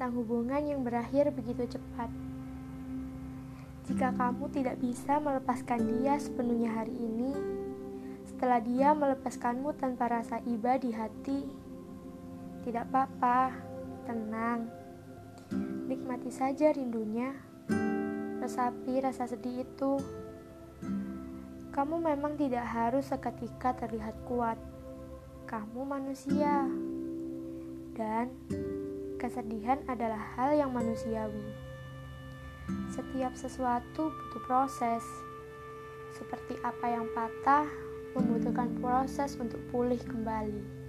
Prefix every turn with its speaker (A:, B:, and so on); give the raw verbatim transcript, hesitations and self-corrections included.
A: tentang hubungan yang berakhir begitu cepat. Jika kamu tidak bisa melepaskan dia sepenuhnya hari ini, setelah dia melepaskanmu tanpa rasa iba di hati, tidak apa-apa, tenang. Nikmati saja rindunya, resapi rasa sedih itu. Kamu memang tidak harus seketika terlihat kuat. Kamu manusia. Dan kesedihan adalah hal yang manusiawi. Setiap sesuatu butuh proses. Seperti apa yang patah membutuhkan proses untuk pulih kembali.